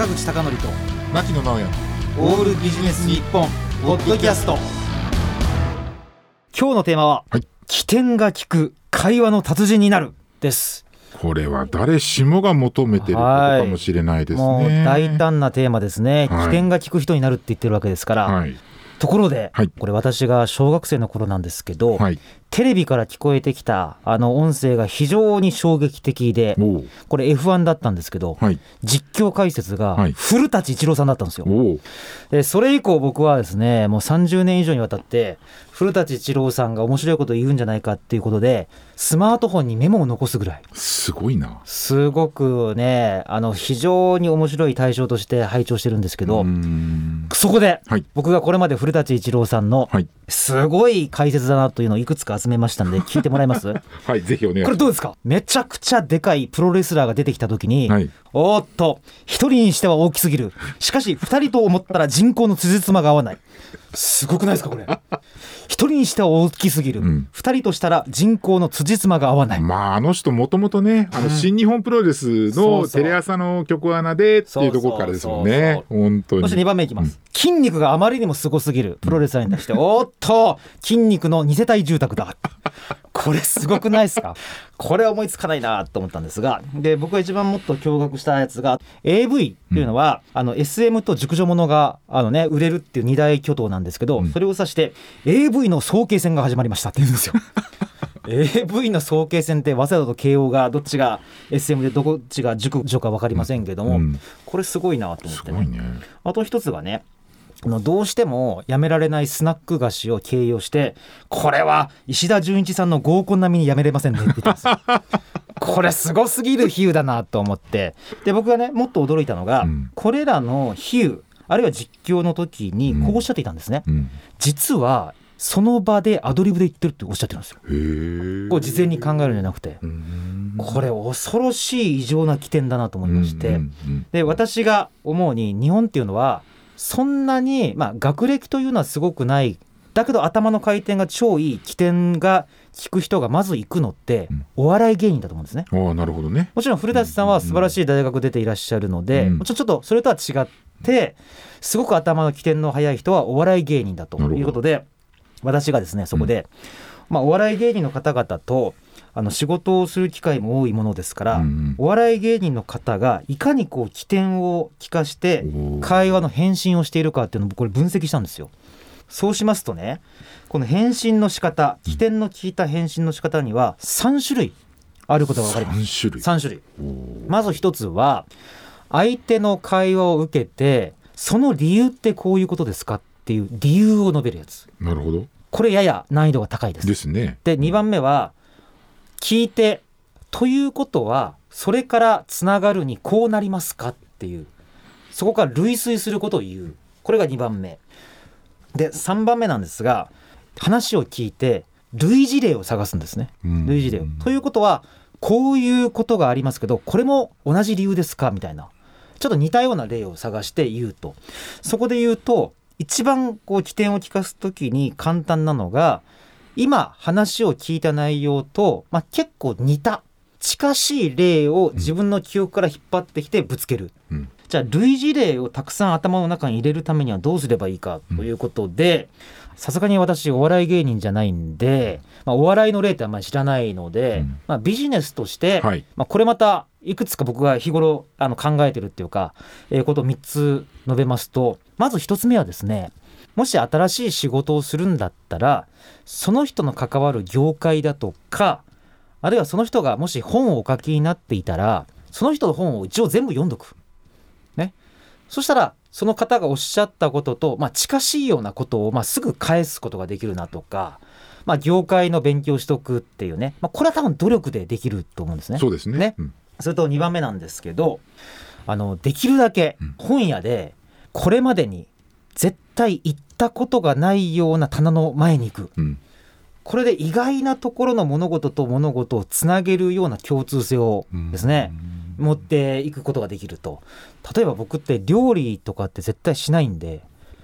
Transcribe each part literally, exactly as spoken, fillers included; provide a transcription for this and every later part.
坂口孝則と牧野直哉オールビジネス日本ポッドキャスト。今日のテーマは、はい、起点が利く会話の達人になるです。 これは誰しもが求めていることかもしれないですね。 もう大胆なテーマですね、はい、起点が利く人になるって言ってるわけですから、はい、ところで、はい、これ私が小学生の頃なんですけど、はい、テレビから聞こえてきたあの音声が非常に衝撃的で、これ エフワン だったんですけど、はい、実況解説が古舘一郎さんだったんですよ。でそれ以降僕はですね、もうさんじゅうねん以上にわたって古舘一郎さんが面白いことを言うんじゃないかっていうことでスマートフォンにメモを残すぐらい、 すごいな、 すごくね、あの非常に面白い対象として拝聴してるんですけど、うーん、そこで、はい、僕がこれまで古舘一郎さんのすごい解説だなというのをいくつか集めましたんで聞いてもらえますはい、ぜひお願いします。 これどうですか。めちゃくちゃでかいプロレスラーが出てきた時に、はい、おーっと一人にしては大きすぎる、しかし二人と思ったら人口の辻褄が合わない、すごくないですかこれ一人にしては大きすぎる、うん、二人としたら人口の辻褄が合わない。 まああの人もともとね、あの新日本プロレスのテレ朝の局アナでっていうところからですもんね。本当に。そしてにばんめいきます、うん、筋肉があまりにもすごすぎるプロレスラーに対して、うん、おーっと筋肉のに世帯住宅だこれすごくないですか。これは思いつかないなと思ったんですが、で僕が一番もっと驚愕したやつが エーブイ っていうのは、うん、あの エスエム と熟女ものがあの、ね、売れるっていう二大巨頭なんですけど、うん、それを指して エーブイ の早慶戦が始まりましたって言うんですよエーブイ の早慶戦って早稲田と慶応がどっちが エスエム でどっちが熟女か分かりませんけども、うん、これすごいなと思って ね, ねあと一つがね、どうしてもやめられないスナック菓子を経由して、これは石田純一さんの合コン並みにやめれませんねって言ってますこれすごすぎる比喩だなと思って、で僕がねもっと驚いたのが、うん、これらの比喩あるいは実況の時にこうおっしゃっていたんですね、うんうん、実はその場でアドリブで言ってるっておっしゃってるんですよ。へー、こう事前に考えるんじゃなくて、これ恐ろしい異常な起点だなと思いまして、うんうんうん、で私が思うに日本っていうのはそんなに、まあ、学歴というのはすごくない、だけど頭の回転が超いい起点が聞く人がまず行くのって、うん、お笑い芸人だと思うんですね。 あ、なるほどね。 もちろん古舘さんは素晴らしい大学出ていらっしゃるので、うん、もちろんちょっとそれとは違ってすごく頭の起点の速い人はお笑い芸人だということで、私がですねそこで、うん、まあ、お笑い芸人の方々とあの仕事をする機会も多いものですから、うん、お笑い芸人の方がいかにこう起点を利かして会話の返信をしているかっていうのをこれ分析したんですよ。そうしますとね、この返信の仕方、起点の効いた返信の仕方にはさん種類あることが分かります。さん種類。さん種類。まず一つは相手の会話を受けてその理由ってこういうことですかっていう理由を述べるやつ。 なるほど。 これやや難易度が高いです。 ですね。 でにばんめは聞いてということはそれからつながるにこうなりますかっていう、そこから類推することを言う。これがにばんめで、さんばんめなんですが、話を聞いて類似例を探すんですね。類似例をということはこういうことがありますけどこれも同じ理由ですかみたいな、ちょっと似たような例を探して言うと、そこで言うと一番こう起点を聞かすときに簡単なのが、今話を聞いた内容と、まあ、結構似た近しい例を自分の記憶から引っ張ってきてぶつける、うん、じゃあ類似例をたくさん頭の中に入れるためにはどうすればいいかということで、さすがに私お笑い芸人じゃないんで、まあ、お笑いの例ってあんまり知らないので、うんまあ、ビジネスとして、はいまあ、これまたいくつか僕が日頃あの考えてるっていうか、えー、ことをみっつ述べますと、まずひとつめはですね、もし新しい仕事をするんだったらその人の関わる業界だとか、あるいはその人がもし本をお書きになっていたらその人の本を一応全部読んどく、ね、そしたらその方がおっしゃったことと、まあ、近しいようなことを、まあ、すぐ返すことができるなとか、まあ、業界の勉強しとくっていうね、まあ、これは多分努力でできると思うんですね。 そうですね、 ね、 うん、 それとにばんめなんですけど、あのできるだけ本屋でこれまでに絶対行ったことがないような棚の前に行く、うん、これで意外なところの物事と物事をつなげるような共通性をですね、うん、持っていくことができると。例えば僕って料理とかって絶対しないんで、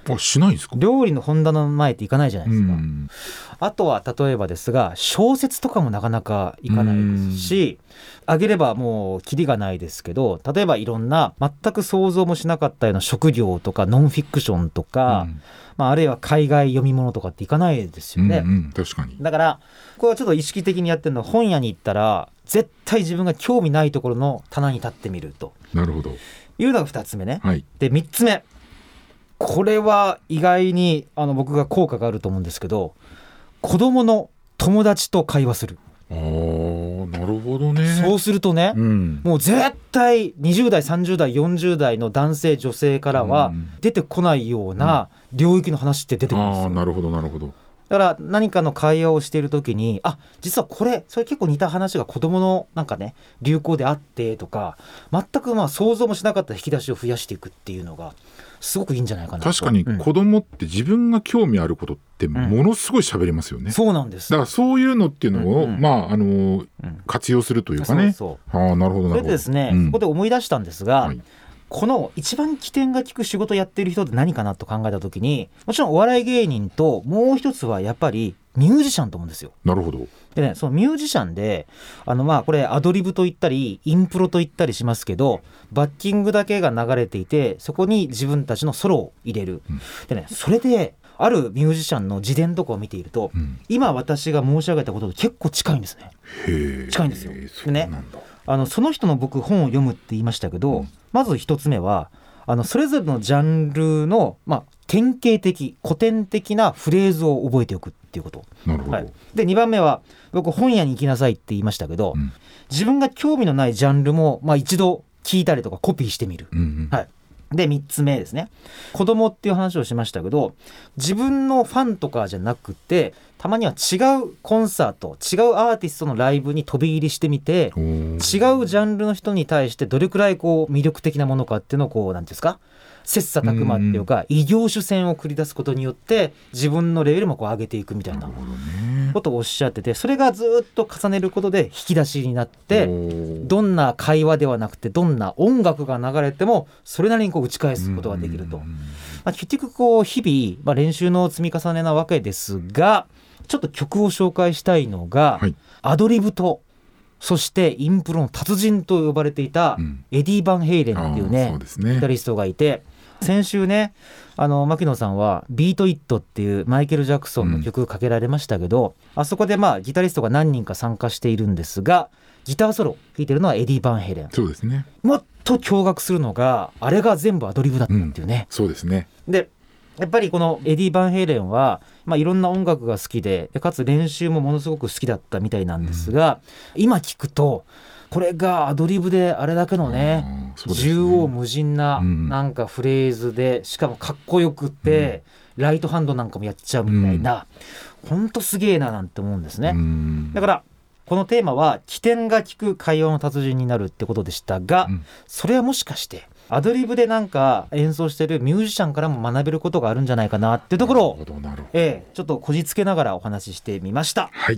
あ、しないんですか？ 料理の本棚の前って行かないじゃないですか。あとは例えばですが小説とかもなかなか行かないですし、あげればもうキリがないですけど、例えばいろんな全く想像もしなかったような職業とかノンフィクションとか、うんまあ、あるいは海外読み物とかって行かないですよね、 うんうん、確かに。 だからこれはちょっと意識的にやってるのは、本屋に行ったら絶対自分が興味ないところの棚に立ってみるとなるほどいうのがふたつめね、 はい、 でみっつめ、これは意外にあの僕が効果があると思うんですけど、子供の友達と会話する。 あー、なるほどね。 そうするとね、うん、もう絶対にじゅう代さんじゅう代よんじゅう代の男性女性からは出てこないような領域の話って出てくるんですよ、 うん、あー、なるほどなるほど。 だから何かの会話をしているときに、あ、実はこれそれ結構似た話が子供のなんかね流行であってとか、全くまあ想像もしなかった引き出しを増やしていくっていうのがすごくいいんじゃないかなと。 確かに子供って自分が興味あることってものすごい喋れますよね、うん、 そうなんです。 だからそういうのっていうのを、うんうん、まああのーうん、活用するというかね。 そうそう、 あ、なるほどなるほど。 それでですね、うん、そこで思い出したんですが、はい、この一番起点が利く仕事やってる人って何かなと考えたときに、もちろんお笑い芸人ともう一つはやっぱりミュージシャンと思うんですよ。 なるほど。 でね、そのミュージシャンであのまあこれアドリブと言ったりインプロと言ったりしますけど、バッキングだけが流れていてそこに自分たちのソロを入れる、うん、でね、それであるミュージシャンの自伝とかを見ていると、うん、今私が申し上げたことと結構近いんですね。 へ、 近いんですよ。 そうなんだ。 でね、あのその人の僕本を読むって言いましたけど、うん、まず一つ目はあのそれぞれのジャンルの、まあ、典型的古典的なフレーズを覚えておくっていうこと。 なるほど、 はい、でにばんめは僕本屋に行きなさいって言いましたけど、うん、自分が興味のないジャンルも、まあ、一度聞いたりとかコピーしてみる、うんうん、はい、でみっつめですね、子供っていう話をしましたけど、自分のファンとかじゃなくてたまには違うコンサート、違うアーティストのライブに飛び入りしてみて、違うジャンルの人に対してどれくらいこう魅力的なものかっていうのをこうなんていうんですか、切磋琢磨っていうか異業種戦を繰り出すことによって自分のレベルもこう上げていくみたいなことをおっしゃってて、それがずっと重ねることで引き出しになって、どんな会話ではなくてどんな音楽が流れてもそれなりにこう打ち返すことができると、まあ、結局こう日々、まあ、練習の積み重ねなわけですが、ちょっと曲を紹介したいのが、はい、アドリブとそしてインプロの達人と呼ばれていたエディ・バンヘイレンっていうね、うん、そうですね、ギタリストがいて、先週ね、あの牧野さんはビートイットっていうマイケル・ジャクソンの曲かけられましたけど、うん、あそこでまあギタリストが何人か参加しているんですが、ギターソロ弾いてるのはエディ・バンヘイレン。 そうですね。 もっと驚愕するのがあれが全部アドリブだったっていうね、 うん、そうですね。 でやっぱりこのエディ・バンヘイレンは、まあ、いろんな音楽が好きで、かつ練習もものすごく好きだったみたいなんですが、うん、今聞くとこれがアドリブであれだけのね、縦横無尽ななんかフレーズで、しかもかっこよくて、うん、ライトハンドなんかもやっちゃうみたいな、ほんとすげえななんて思うんですね、うん、だからこのテーマは起点が利く会話の達人になるってことでしたが、うん、それはもしかしてアドリブでなんか演奏してるミュージシャンからも学べることがあるんじゃないかなっていうところを、ええ、ちょっとこじつけながらお話ししてみました。 はい、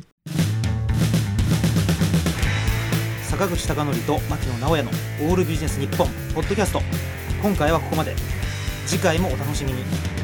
坂口孝則と牧野直哉のオールビジネス日本ポッドキャスト、今回はここまで。次回もお楽しみに。